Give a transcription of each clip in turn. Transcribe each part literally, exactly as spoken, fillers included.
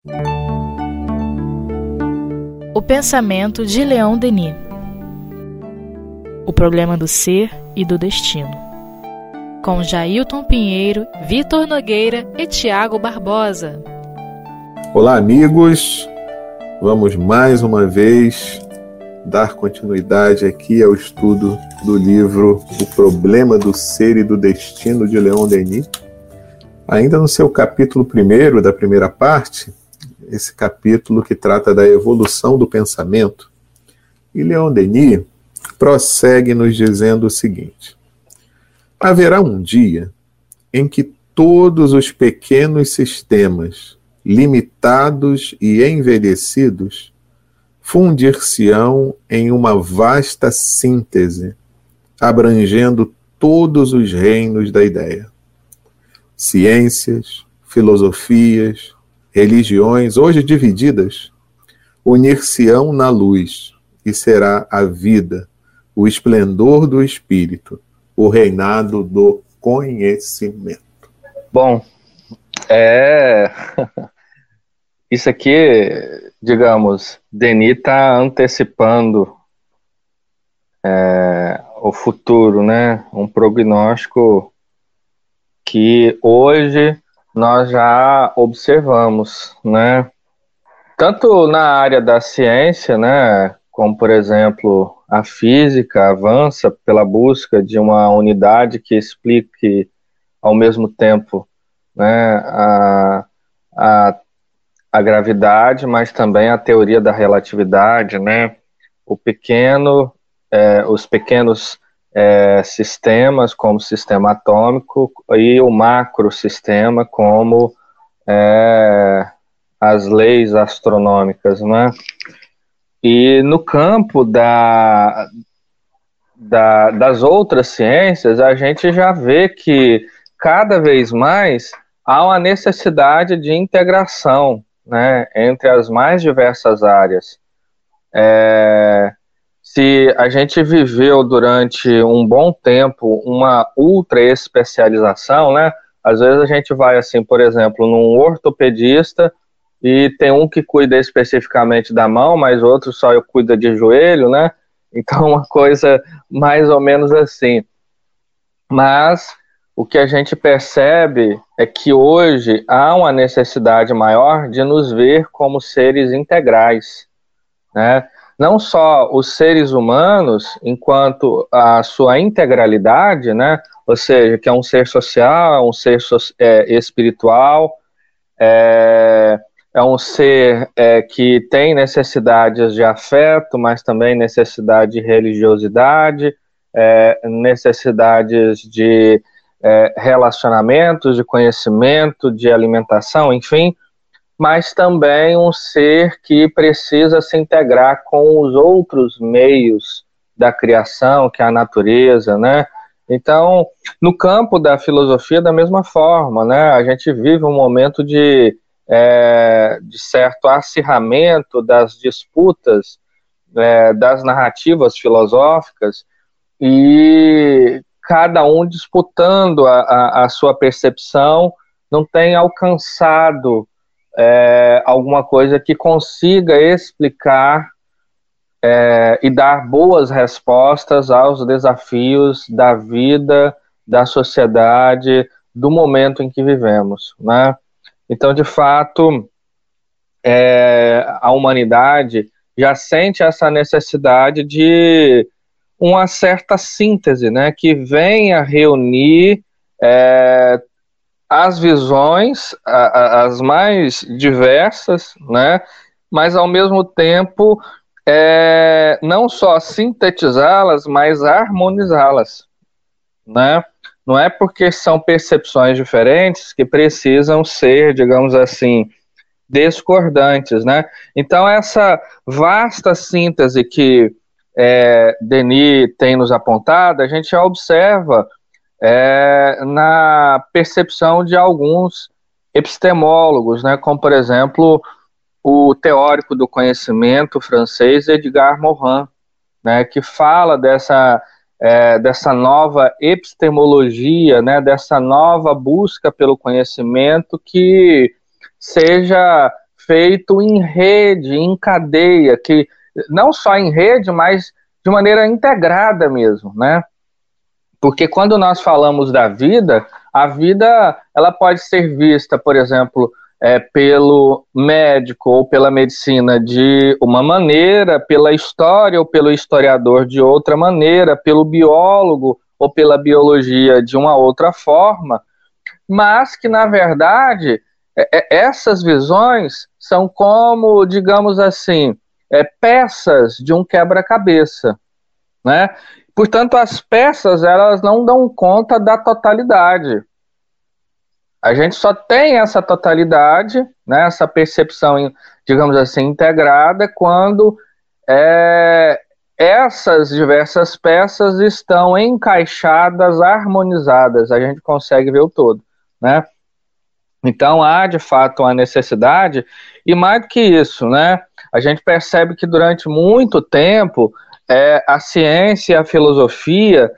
O pensamento de Leon Denis. O problema do ser e do destino. Com Jailton Pinheiro, Vitor Nogueira e Tiago Barbosa. Olá, amigos. Vamos mais uma vez dar continuidade aqui ao estudo do livro O Problema do Ser e do Destino, de Leon Denis. Ainda no seu capítulo primeiro, da primeira parte, esse capítulo que trata da evolução do pensamento, e Leon Denis prossegue nos dizendo o seguinte: haverá um dia em que todos os pequenos sistemas, limitados e envelhecidos, fundir-se-ão em uma vasta síntese, abrangendo todos os reinos da ideia. Ciências, filosofias, religiões, hoje divididas, unir-se-ão na luz, e será a vida, o esplendor do espírito, o reinado do conhecimento. Bom, é... isso aqui, digamos, Denis está antecipando é, o futuro, né? Um prognóstico que hoje nós já observamos, né? Tanto na área da ciência, né? Como, por exemplo, a física avança pela busca de uma unidade que explique ao mesmo tempo, né, a, a, a gravidade, mas também a teoria da relatividade, né? O pequeno, é, os pequenos é, sistemas, como o sistema atômico, e o macrosistema, como é, as leis astronômicas, né? E no campo da, da, das outras ciências, a gente já vê que cada vez mais há uma necessidade de integração, né, entre as mais diversas áreas. É, se a gente viveu durante um bom tempo uma ultra especialização, né, às vezes a gente vai assim, por exemplo, num ortopedista e tem um que cuida especificamente da mão, mas outro só cuida de joelho, né? Então, uma coisa mais ou menos assim. Mas o que a gente percebe é que hoje há uma necessidade maior de nos ver como seres integrais, né? Não só os seres humanos, enquanto a sua integralidade, né? Ou seja, que é um ser social, um ser so é, espiritual, é, é um ser é, que tem necessidades de afeto, mas também necessidade de religiosidade, é, necessidades de é, relacionamentos, de conhecimento, de alimentação, enfim, mas também um ser que precisa se integrar com os outros meios da criação, que é a natureza, né? Então, no campo da filosofia, da mesma forma, né? A gente vive um momento de, é, de certo acirramento das disputas, é, das narrativas filosóficas, e cada um disputando a, a, a sua percepção, não tem alcançado é, alguma coisa que consiga explicar É, e dar boas respostas aos desafios da vida, da sociedade, do momento em que vivemos, né? Então, de fato, é, a humanidade já sente essa necessidade de uma certa síntese, né? Que venha reunir é, as visões, a, a, as mais diversas, né? Mas, ao mesmo tempo, É, não só sintetizá-las, mas harmonizá-las, né? Não é porque são percepções diferentes que precisam ser, digamos assim, discordantes, né? Então, essa vasta síntese que é, Denis tem nos apontado, a gente já observa é, na percepção de alguns epistemólogos, né? Como, por exemplo, o teórico do conhecimento francês Edgar Morin, né, que fala dessa, é, dessa nova epistemologia, né, dessa nova busca pelo conhecimento que seja feito em rede, em cadeia, que não só em rede, mas de maneira integrada mesmo, né? Porque quando nós falamos da vida, a vida ela pode ser vista, por exemplo, é, pelo médico ou pela medicina de uma maneira, pela história ou pelo historiador de outra maneira, pelo biólogo ou pela biologia de uma outra forma, mas que, na verdade, é, essas visões são como, digamos assim, é, peças de um quebra-cabeça, né? Portanto, as peças, elas não dão conta da totalidade. A gente só tem essa totalidade, né, essa percepção, digamos assim, integrada, quando é, essas diversas peças estão encaixadas, harmonizadas, a gente consegue ver o todo, né? Então, há, de fato, uma necessidade, e mais do que isso, né, a gente percebe que durante muito tempo É, a ciência e a filosofia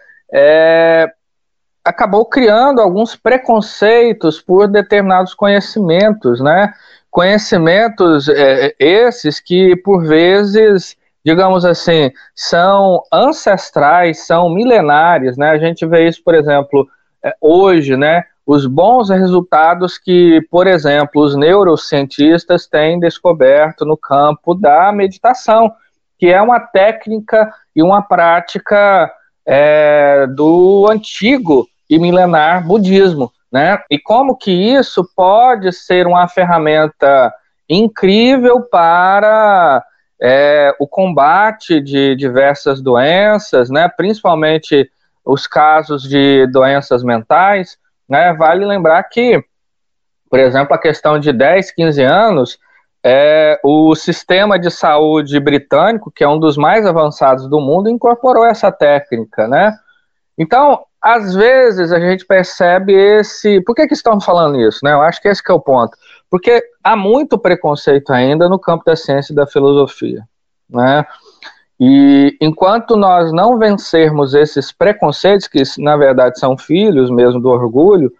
é, acabou criando alguns preconceitos por determinados conhecimentos, né? Conhecimentos é, esses que, por vezes, digamos assim, são ancestrais, são milenares, né? A gente vê isso, por exemplo, é, hoje, né? Os bons resultados que, por exemplo, os neurocientistas têm descoberto no campo da meditação, que é uma técnica e uma prática é, do antigo e milenar budismo, né? E como que isso pode ser uma ferramenta incrível para é, o combate de diversas doenças, né? Principalmente os casos de doenças mentais, né? Vale lembrar que, por exemplo, a questão de dez, quinze anos, É, o sistema de saúde britânico, que é um dos mais avançados do mundo, incorporou essa técnica, né? Então, às vezes, a gente percebe esse... Por que que estão falando isso, né? Eu acho que esse que é o ponto. Porque há muito preconceito ainda no campo da ciência e da filosofia, né? E enquanto nós não vencermos esses preconceitos, que na verdade são filhos mesmo do orgulho,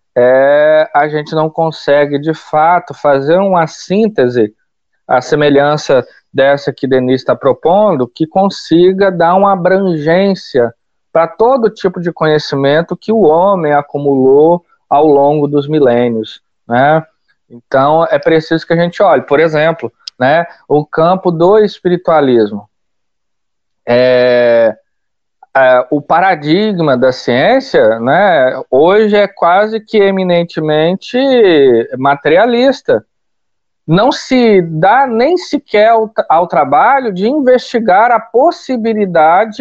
É, a gente não consegue, de fato, fazer uma síntese, a semelhança dessa que Denis está propondo, que consiga dar uma abrangência para todo tipo de conhecimento que o homem acumulou ao longo dos milênios, né? Então, é preciso que a gente olhe, por exemplo, né, o campo do espiritualismo. É... Uh, o paradigma da ciência, né, hoje é quase que eminentemente materialista. Não se dá nem sequer ao, ao trabalho de investigar a possibilidade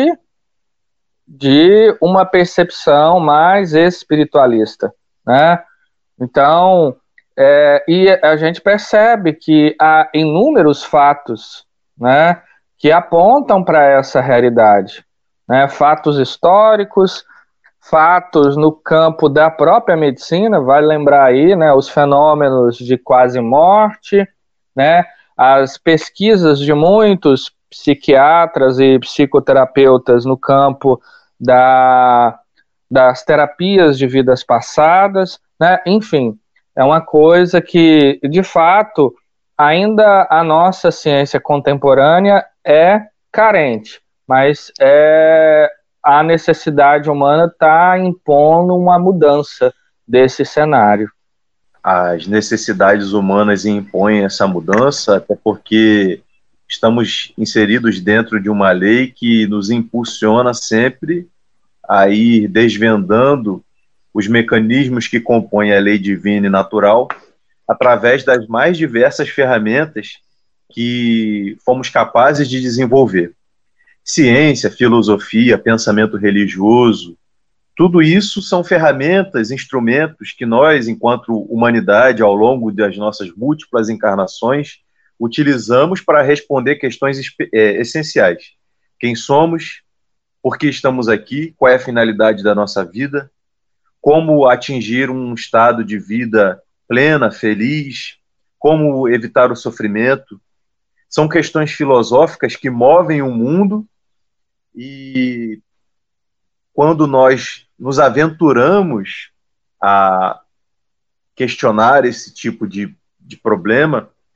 de uma percepção mais espiritualista, né? Então, é, e a gente percebe que há inúmeros fatos, né, que apontam para essa realidade. Né, fatos históricos, fatos no campo da própria medicina, vale lembrar aí, né, os fenômenos de quase morte, né, as pesquisas de muitos psiquiatras e psicoterapeutas no campo da, das terapias de vidas passadas, né, enfim, é uma coisa que, de fato, ainda a nossa ciência contemporânea é carente. Mas é, a necessidade humana está impondo uma mudança desse cenário. As necessidades humanas impõem essa mudança, até porque estamos inseridos dentro de uma lei que nos impulsiona sempre a ir desvendando os mecanismos que compõem a lei divina e natural através das mais diversas ferramentas que fomos capazes de desenvolver. Ciência, filosofia, pensamento religioso, tudo isso são ferramentas, instrumentos que nós, enquanto humanidade, ao longo das nossas múltiplas encarnações, utilizamos para responder questões é, essenciais. Quem somos? Por que estamos aqui? Qual é a finalidade da nossa vida? Como atingir um estado de vida plena, feliz? Como evitar o sofrimento? São questões filosóficas que movem o mundo. E quando nós nos aventuramos a questionar esse tipo de, de problema,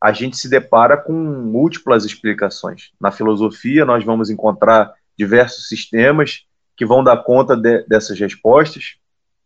a gente se depara com múltiplas explicações. Na filosofia, nós vamos encontrar diversos sistemas que vão dar conta de, dessas respostas.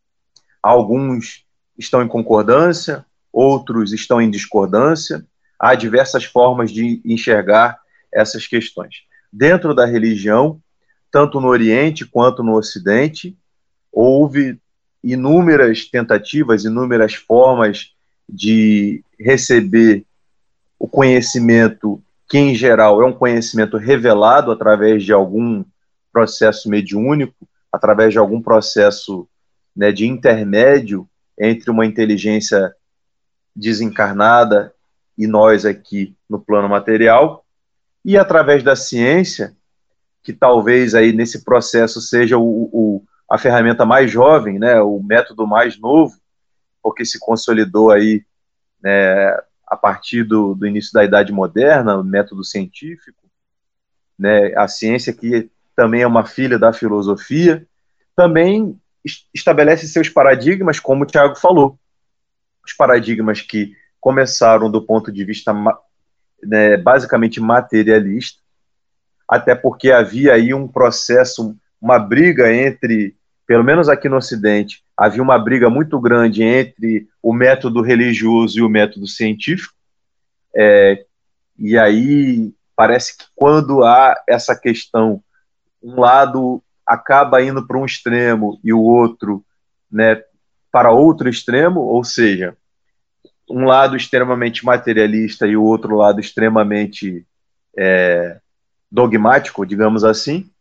Alguns estão em concordância, outros estão em discordância. Há diversas formas de enxergar essas questões. Dentro da religião, tanto no Oriente quanto no Ocidente, houve inúmeras tentativas, inúmeras formas de receber o conhecimento que, em geral, é um conhecimento revelado através de algum processo mediúnico, através de algum processo, né, de intermédio entre uma inteligência desencarnada e nós aqui no plano material, e através da ciência, que talvez aí nesse processo seja o, o, a ferramenta mais jovem, né, o método mais novo, porque se consolidou aí, né, a partir do, do início da Idade Moderna, o método científico, né, a ciência, que também é uma filha da filosofia, também estabelece seus paradigmas, como o Tiago falou. Os paradigmas que começaram do ponto de vista, né, basicamente materialista, até porque havia aí um processo, uma briga entre, pelo menos aqui no Ocidente, havia uma briga muito grande entre o método religioso e o método científico, é, e aí parece que quando há essa questão, um lado acaba indo para um extremo e o outro, né, para outro extremo, ou seja, um lado extremamente materialista e o outro lado extremamente é, dogmático, digamos assim.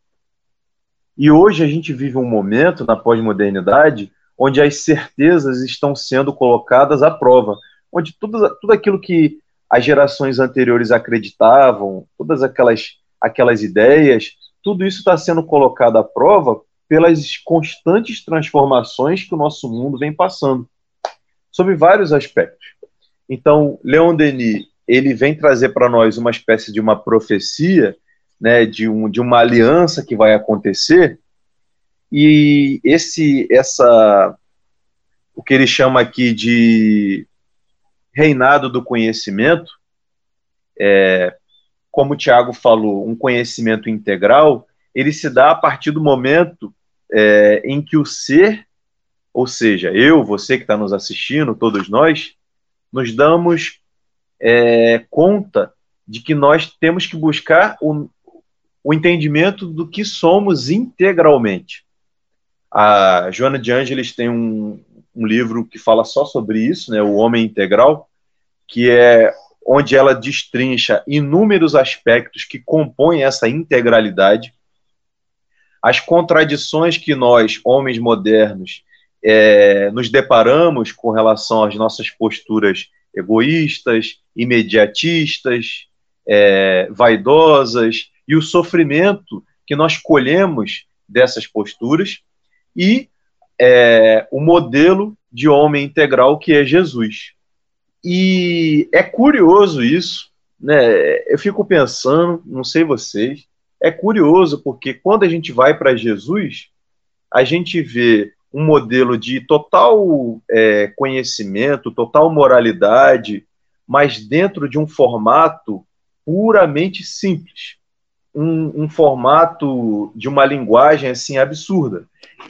E hoje a gente vive um momento na pós-modernidade onde as certezas estão sendo colocadas à prova, onde tudo, tudo aquilo que as gerações anteriores acreditavam, todas aquelas, aquelas ideias, tudo isso está sendo colocado à prova pelas constantes transformações que o nosso mundo vem passando, sob vários aspectos. Então, Leon Denis, ele vem trazer para nós uma espécie de uma profecia, né, de, um, de uma aliança que vai acontecer, e esse, essa, o que ele chama aqui de reinado do conhecimento, é, como o Tiago falou, um conhecimento integral, ele se dá a partir do momento é, em que o ser, ou seja, eu, você que está nos assistindo, todos nós, nos damos é, conta de que nós temos que buscar o, o entendimento do que somos integralmente. A Joana de Ângeles tem um, um livro que fala só sobre isso, né, O Homem Integral, que é onde ela destrincha inúmeros aspectos que compõem essa integralidade, as contradições que nós, homens modernos, é, nos deparamos com relação às nossas posturas egoístas, imediatistas, é, vaidosas, e o sofrimento que nós colhemos dessas posturas, e é, o modelo de homem integral que é Jesus. E é curioso isso, né? Eu fico pensando, não sei vocês, é curioso porque quando a gente vai para Jesus, a gente vê um modelo de total é, conhecimento, total moralidade, mas dentro de um formato puramente simples, um, um formato de uma linguagem assim absurda.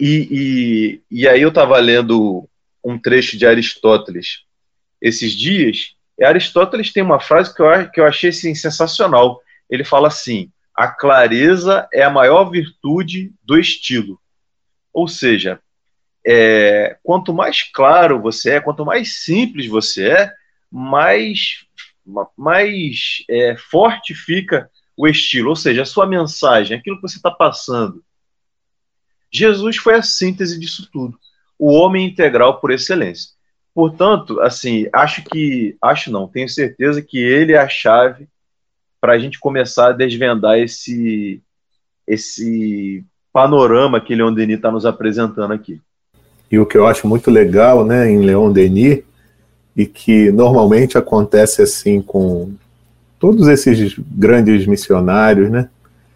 E, e, e aí eu estava lendo um trecho de Aristóteles esses dias, e Aristóteles tem uma frase que eu, que eu achei assim, sensacional. Ele fala assim: a clareza é a maior virtude do estilo. Ou seja, é, quanto mais claro você é, quanto mais simples você é, mais, mais é, forte fica o estilo, ou seja, a sua mensagem, aquilo que você está passando. Jesus foi a síntese disso tudo, o homem integral por excelência. Portanto, assim, acho que, acho não, tenho certeza que ele é a chave para a gente começar a desvendar esse, esse panorama que Leon Denis está nos apresentando aqui. E o que eu acho muito legal, né, em Leon Denis, e que normalmente acontece assim com todos esses grandes missionários, né,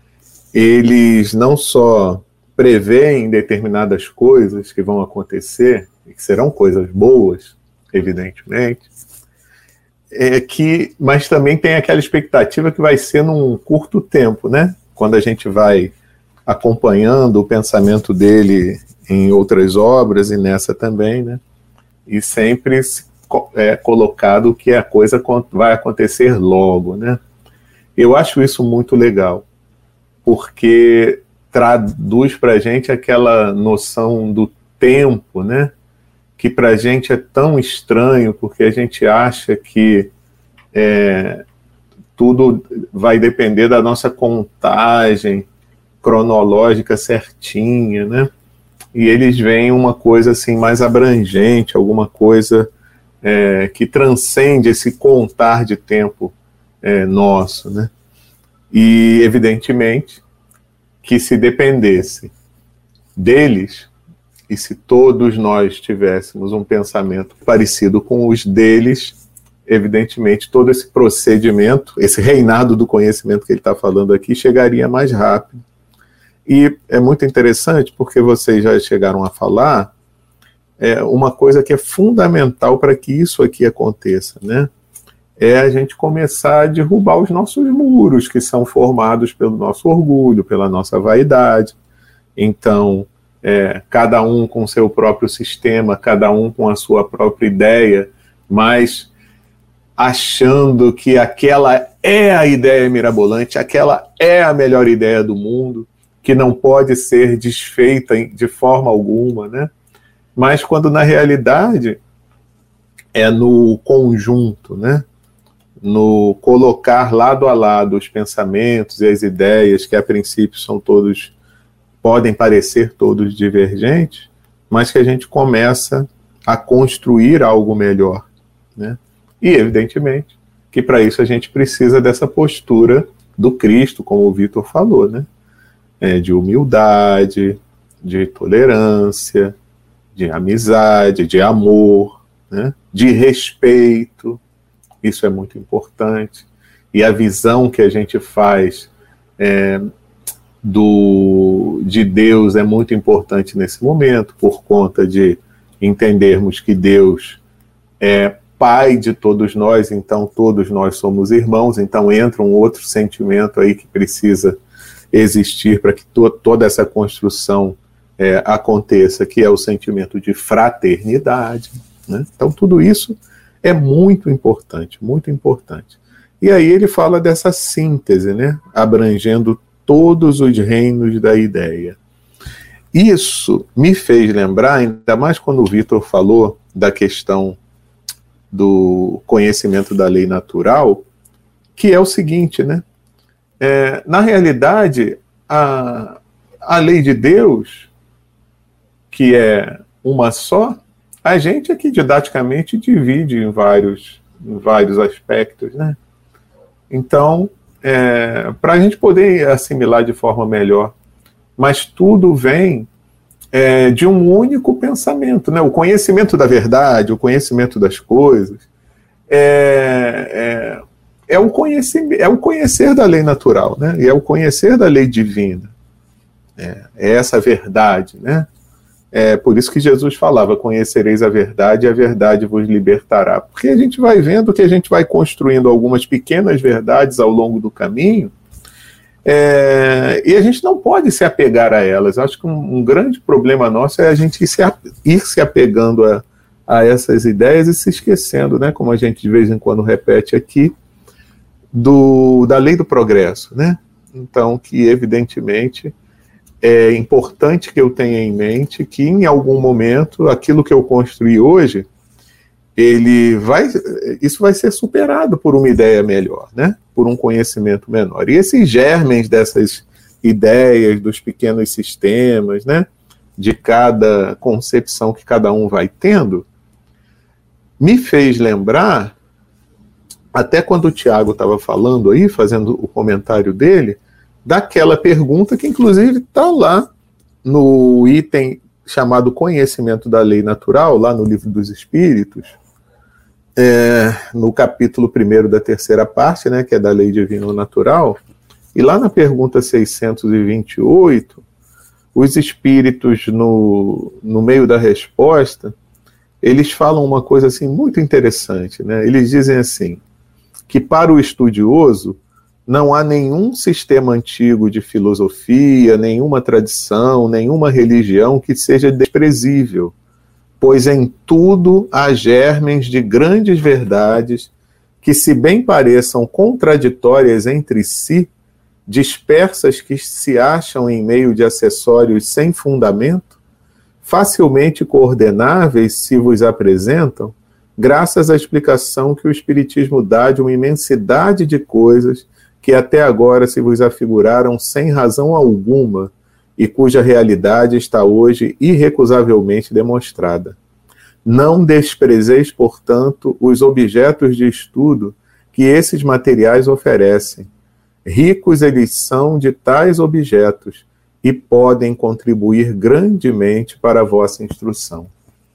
eles não só preveem determinadas coisas que vão acontecer, e que serão coisas boas, evidentemente, é que, mas também tem aquela expectativa que vai ser num curto tempo, né? Quando a gente vai acompanhando o pensamento dele em outras obras e nessa também, né? E sempre é colocado que a coisa vai acontecer logo, né? Eu acho isso muito legal, porque traduz para a gente aquela noção do tempo, né? Que para a gente é tão estranho, porque a gente acha que é, tudo vai depender da nossa contagem cronológica certinha, né? E eles veem uma coisa assim mais abrangente, alguma coisa é, que transcende esse contar de tempo é, nosso, né? E evidentemente que se dependesse deles, e se todos nós tivéssemos um pensamento parecido com os deles, evidentemente todo esse procedimento, esse reinado do conhecimento que ele está falando aqui, chegaria mais rápido. E é muito interessante, porque vocês já chegaram a falar, é, uma coisa que é fundamental para que isso aqui aconteça, né? É a gente começar a derrubar os nossos muros, que são formados pelo nosso orgulho, pela nossa vaidade. Então, É, cada um com seu próprio sistema, cada um com a sua própria ideia, mas achando que aquela é a ideia mirabolante, aquela é a melhor ideia do mundo, que não pode ser desfeita de forma alguma, né? Mas quando na realidade é no conjunto, né? No colocar lado a lado os pensamentos e as ideias, que a princípio são todos podem parecer todos divergentes, mas que a gente começa a construir algo melhor, né? E, evidentemente, que para isso a gente precisa dessa postura do Cristo, como o Vitor falou, né? É, de humildade, de tolerância, de amizade, de amor, né? De respeito. Isso é muito importante. E a visão que a gente faz é, do, de Deus é muito importante nesse momento, por conta de entendermos que Deus é Pai de todos nós, então todos nós somos irmãos, então entra um outro sentimento aí que precisa existir para que to, toda essa construção é, aconteça, que é o sentimento de fraternidade, né? Então tudo isso é muito importante, muito importante. E aí ele fala dessa síntese, né? Abrangendo todos os reinos da ideia. Isso me fez lembrar, ainda mais quando o Vitor falou da questão do conhecimento da lei natural, que é o seguinte, né? É, na realidade, a, a lei de Deus, que é uma só, a gente aqui didaticamente divide em vários, em vários aspectos, né? Então, é, para a gente poder assimilar de forma melhor, mas tudo vem é, de um único pensamento, né? O conhecimento da verdade, o conhecimento das coisas, é, é, é, o, conhecimento, é o conhecer da lei natural, né? E é o conhecer da lei divina. É, é essa verdade, né? É por isso que Jesus falava, conhecereis a verdade e a verdade vos libertará. Porque a gente vai vendo que a gente vai construindo algumas pequenas verdades ao longo do caminho, é, e a gente não pode se apegar a elas. Acho que um, um grande problema nosso é a gente ir se, ir se apegando a, a essas ideias e se esquecendo, né, como a gente de vez em quando repete aqui, do, da lei do progresso, né? Então, que evidentemente é importante que eu tenha em mente que em algum momento aquilo que eu construí hoje, ele vai, isso vai ser superado por uma ideia melhor, né? Por um conhecimento menor. E esses germes dessas ideias, dos pequenos sistemas, né? De cada concepção que cada um vai tendo, me fez lembrar, até quando o Tiago estava falando aí, fazendo o comentário dele, daquela pergunta que inclusive está lá no item chamado Conhecimento da Lei Natural, lá no Livro dos Espíritos, é, no capítulo primeiro da terceira parte, né, que é da Lei Divina ou Natural, e lá na pergunta seiscentos e vinte e oito, os Espíritos, no, no meio da resposta, eles falam uma coisa assim muito interessante, né? Eles dizem assim, que para o estudioso não há nenhum sistema antigo de filosofia, nenhuma tradição, nenhuma religião que seja desprezível, pois em tudo há germens de grandes verdades que, se bem pareçam contraditórias entre si, dispersas que se acham em meio de acessórios sem fundamento, facilmente coordenáveis se vos apresentam, graças à explicação que o Espiritismo dá de uma imensidade de coisas que até agora se vos afiguraram sem razão alguma e cuja realidade está hoje irrecusavelmente demonstrada. Não desprezeis, portanto, os objetos de estudo que esses materiais oferecem. Ricos eles são de tais objetos e podem contribuir grandemente para a vossa instrução.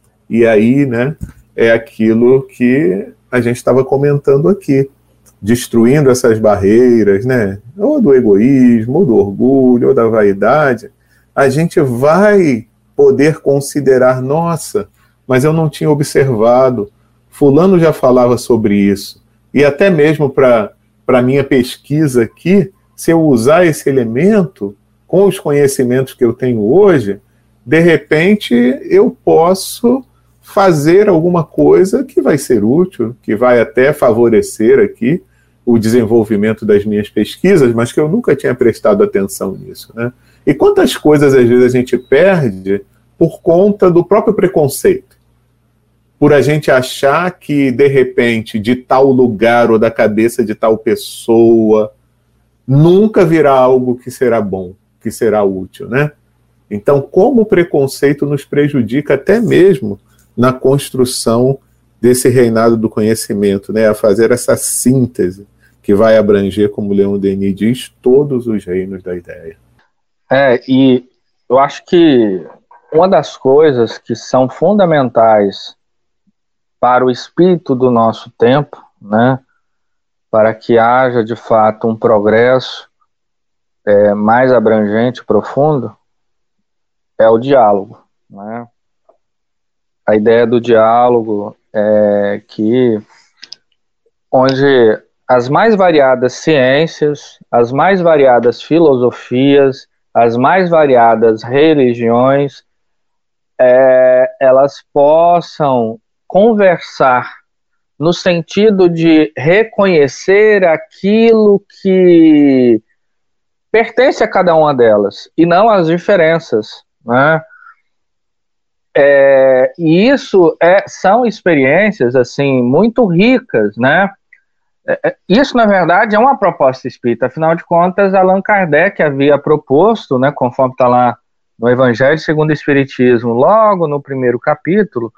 E aí, né, é aquilo que a gente estava comentando aqui, destruindo essas barreiras, né, ou do egoísmo, ou do orgulho, ou da vaidade, a gente vai poder considerar, nossa, mas eu não tinha observado, fulano já falava sobre isso, e até mesmo para para minha pesquisa aqui, se eu usar esse elemento com os conhecimentos que eu tenho hoje, de repente eu posso fazer alguma coisa que vai ser útil, que vai até favorecer aqui o desenvolvimento das minhas pesquisas, mas que eu nunca tinha prestado atenção nisso, né? E quantas coisas às vezes a gente perde por conta do próprio preconceito, por a gente achar que, de repente, de tal lugar ou da cabeça de tal pessoa, nunca virá algo que será bom, que será útil, né? Então, como o preconceito nos prejudica até mesmo na construção desse reinado do conhecimento, né? A fazer essa síntese que vai abranger, como Leon Denis diz, todos os reinos da ideia. É, e eu acho que uma das coisas que são fundamentais para o espírito do nosso tempo, né, para que haja de fato um progresso é, mais abrangente, profundo, é o diálogo, né? A ideia do diálogo é que onde as mais variadas ciências, as mais variadas filosofias, as mais variadas religiões, é, elas possam conversar no sentido de reconhecer aquilo que pertence a cada uma delas e não as diferenças, né? É, e isso é, são experiências assim muito ricas, né? É, isso na verdade é uma proposta espírita. Afinal de contas, Allan Kardec havia proposto, né, conforme está lá no Evangelho segundo o Espiritismo, logo no primeiro capítulo,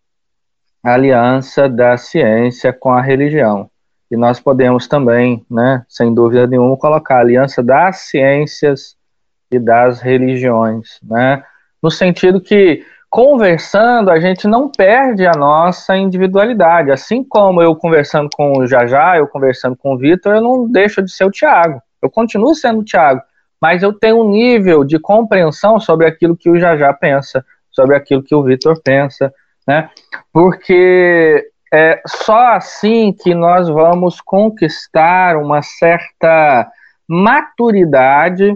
a aliança da ciência com a religião. E nós podemos também, né, sem dúvida nenhuma, colocar a aliança das ciências e das religiões, né, no sentido que, conversando, a gente não perde a nossa individualidade. Assim como eu conversando com o Jajá, eu conversando com o Vitor, eu não deixo de ser o Tiago. Eu continuo sendo o Tiago, mas eu tenho um nível de compreensão sobre aquilo que o Jajá pensa, sobre aquilo que o Vitor pensa, né? Porque é só assim que nós vamos conquistar uma certa maturidade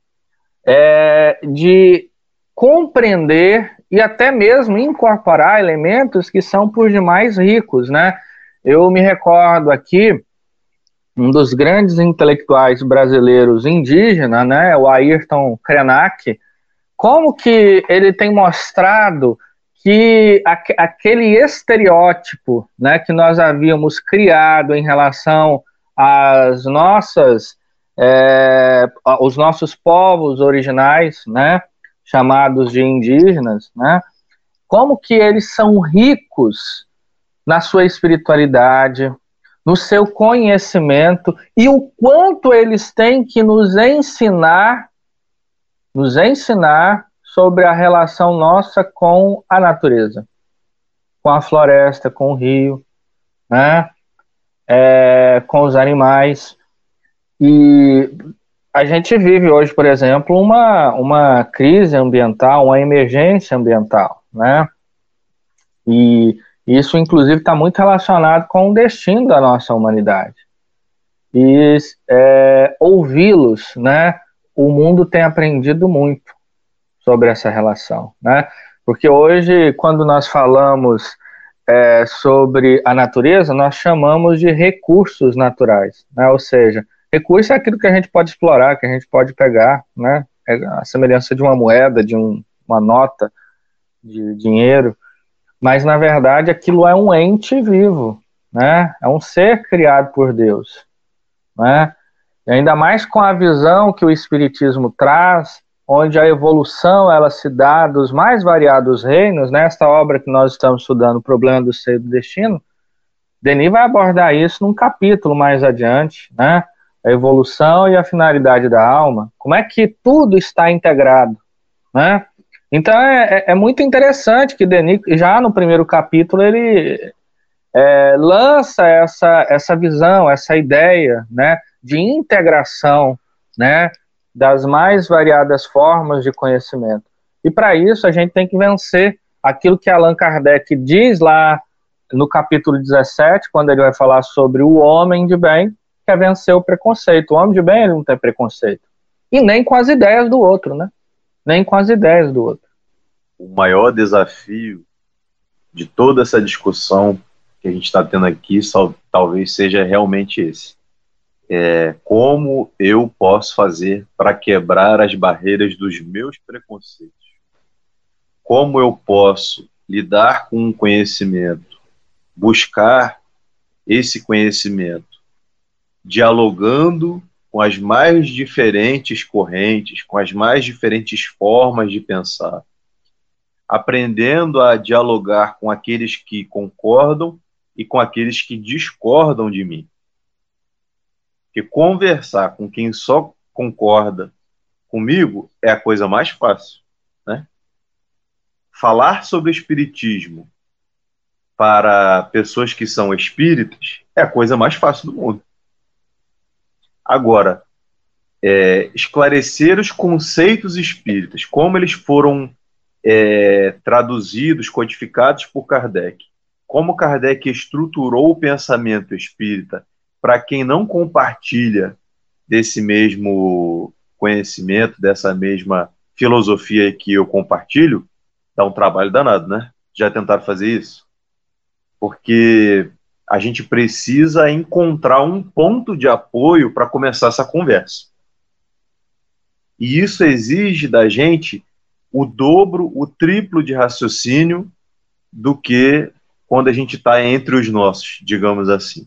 é, de compreender e até mesmo incorporar elementos que são por demais ricos, né? Eu me recordo aqui um dos grandes intelectuais brasileiros indígenas, né, o Ayrton Krenak, como que ele tem mostrado que aquele estereótipo, né, que nós havíamos criado em relação às nossas, é, os nossos povos originais, né, chamados de indígenas, né, como que eles são ricos na sua espiritualidade, no seu conhecimento, e o quanto eles têm que nos ensinar, nos ensinar sobre a relação nossa com a natureza, com a floresta, com o rio, né? É, com os animais. E a gente vive hoje, por exemplo, uma, uma crise ambiental, uma emergência ambiental, né? E isso, inclusive, está muito relacionado com o destino da nossa humanidade. E é, ouvi-los, né, o mundo tem aprendido muito sobre essa relação, né? Porque hoje, quando nós falamos é, sobre a natureza, nós chamamos de recursos naturais, né? Ou seja, recurso é aquilo que a gente pode explorar, que a gente pode pegar, né? É a semelhança de uma moeda, de um, uma nota de dinheiro, mas na verdade aquilo é um ente vivo, né? É um ser criado por Deus, né? E ainda mais com a visão que o Espiritismo traz, onde a evolução ela se dá dos mais variados reinos, nesta obra que nós estamos estudando, O Problema do Ser e do Destino, Denis vai abordar isso num capítulo mais adiante, né? A evolução e a finalidade da alma, como é que tudo está integrado, né? Então é, é muito interessante que Denis, já no primeiro capítulo, ele é, lança essa, essa visão, essa ideia, né, de integração, né, das mais variadas formas de conhecimento. E para isso a gente tem que vencer aquilo que Allan Kardec diz lá no capítulo dezessete, quando ele vai falar sobre o homem de bem, que é vencer o preconceito. O homem de bem, ele não tem preconceito. E nem com as ideias do outro, né? Nem com as ideias do outro. O maior desafio de toda essa discussão que a gente está tendo aqui só, talvez seja realmente esse. É, como eu posso fazer para quebrar as barreiras dos meus preconceitos? Como eu posso lidar com o conhecimento, buscar esse conhecimento, dialogando com as mais diferentes correntes, com as mais diferentes formas de pensar, aprendendo a dialogar com aqueles que concordam e com aqueles que discordam de mim. Porque conversar com quem só concorda comigo é a coisa mais fácil, né? Falar sobre espiritismo para pessoas que são espíritas é a coisa mais fácil do mundo. Agora, é, esclarecer os conceitos espíritas, como eles foram é, traduzidos, codificados por Kardec, como Kardec estruturou o pensamento espírita para quem não compartilha desse mesmo conhecimento, dessa mesma filosofia que eu compartilho, dá um trabalho danado, né? Já tentaram fazer isso? Porque a gente precisa encontrar um ponto de apoio para começar essa conversa. E isso exige da gente o dobro, o triplo de raciocínio do que quando a gente está entre os nossos, digamos assim.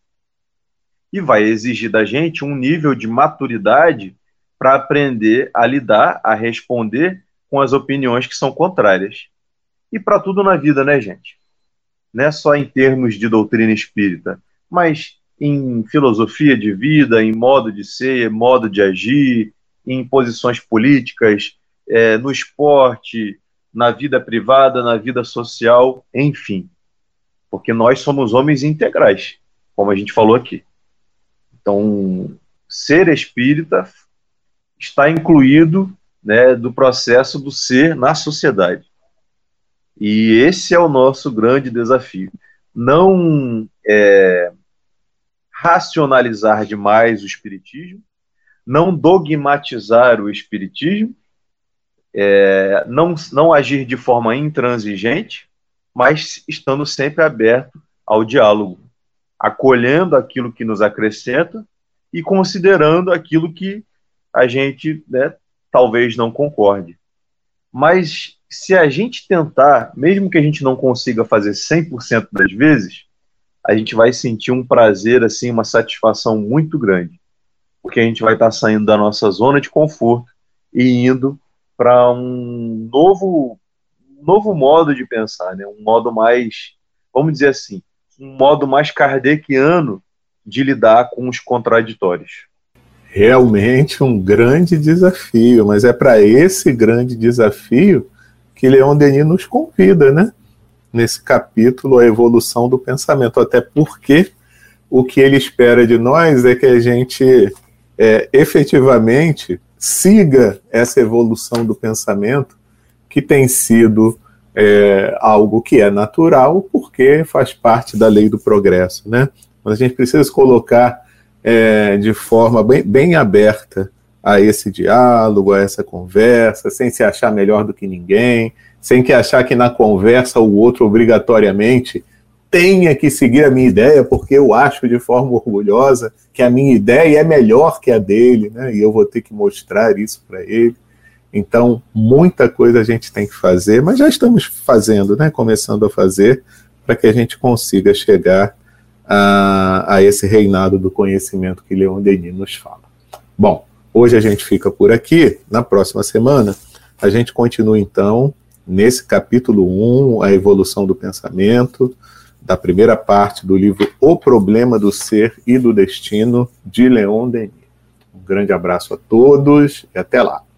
E vai exigir da gente um nível de maturidade para aprender a lidar, a responder com as opiniões que são contrárias. E para tudo na vida, né, gente? Não é só em termos de doutrina espírita, mas em filosofia de vida, em modo de ser, modo de agir, em posições políticas, é, no esporte, na vida privada, na vida social, enfim. Porque nós somos homens integrais, como a gente falou aqui. Então, ser espírita está incluído, né, do processo do ser na sociedade. E esse é o nosso grande desafio. Não é, racionalizar demais o espiritismo, não dogmatizar o espiritismo, é, não, não agir de forma intransigente, mas estando sempre aberto ao diálogo, acolhendo aquilo que nos acrescenta e considerando aquilo que a gente, né, talvez não concorde. Mas se a gente tentar, mesmo que a gente não consiga fazer cem por cento das vezes, a gente vai sentir um prazer, assim, uma satisfação muito grande, porque a gente vai estar saindo da nossa zona de conforto e indo para um novo, novo modo de pensar, né? Um modo mais, vamos dizer assim, um modo mais kardeciano de lidar com os contraditórios. Realmente um grande desafio, mas é para esse grande desafio que Leon Denis nos convida, né? Nesse capítulo, a evolução do pensamento, até porque o que ele espera de nós é que a gente é, efetivamente siga essa evolução do pensamento que tem sido é, algo que é natural, porque faz parte da lei do progresso, né? Mas a gente precisa se colocar é, de forma bem, bem aberta a esse diálogo, a essa conversa, sem se achar melhor do que ninguém, sem que achar que na conversa o outro obrigatoriamente tenha que seguir a minha ideia, porque eu acho de forma orgulhosa que a minha ideia é melhor que a dele, né? E eu vou ter que mostrar isso para ele. Então, muita coisa a gente tem que fazer, mas já estamos fazendo, né? Começando a fazer, para que a gente consiga chegar a, a esse reinado do conhecimento que Leon Denis nos fala. Bom, hoje a gente fica por aqui. Na próxima semana, a gente continua, então, nesse capítulo um, a evolução do pensamento, da primeira parte do livro O Problema do Ser e do Destino, de Leon Denis. Um grande abraço a todos e até lá.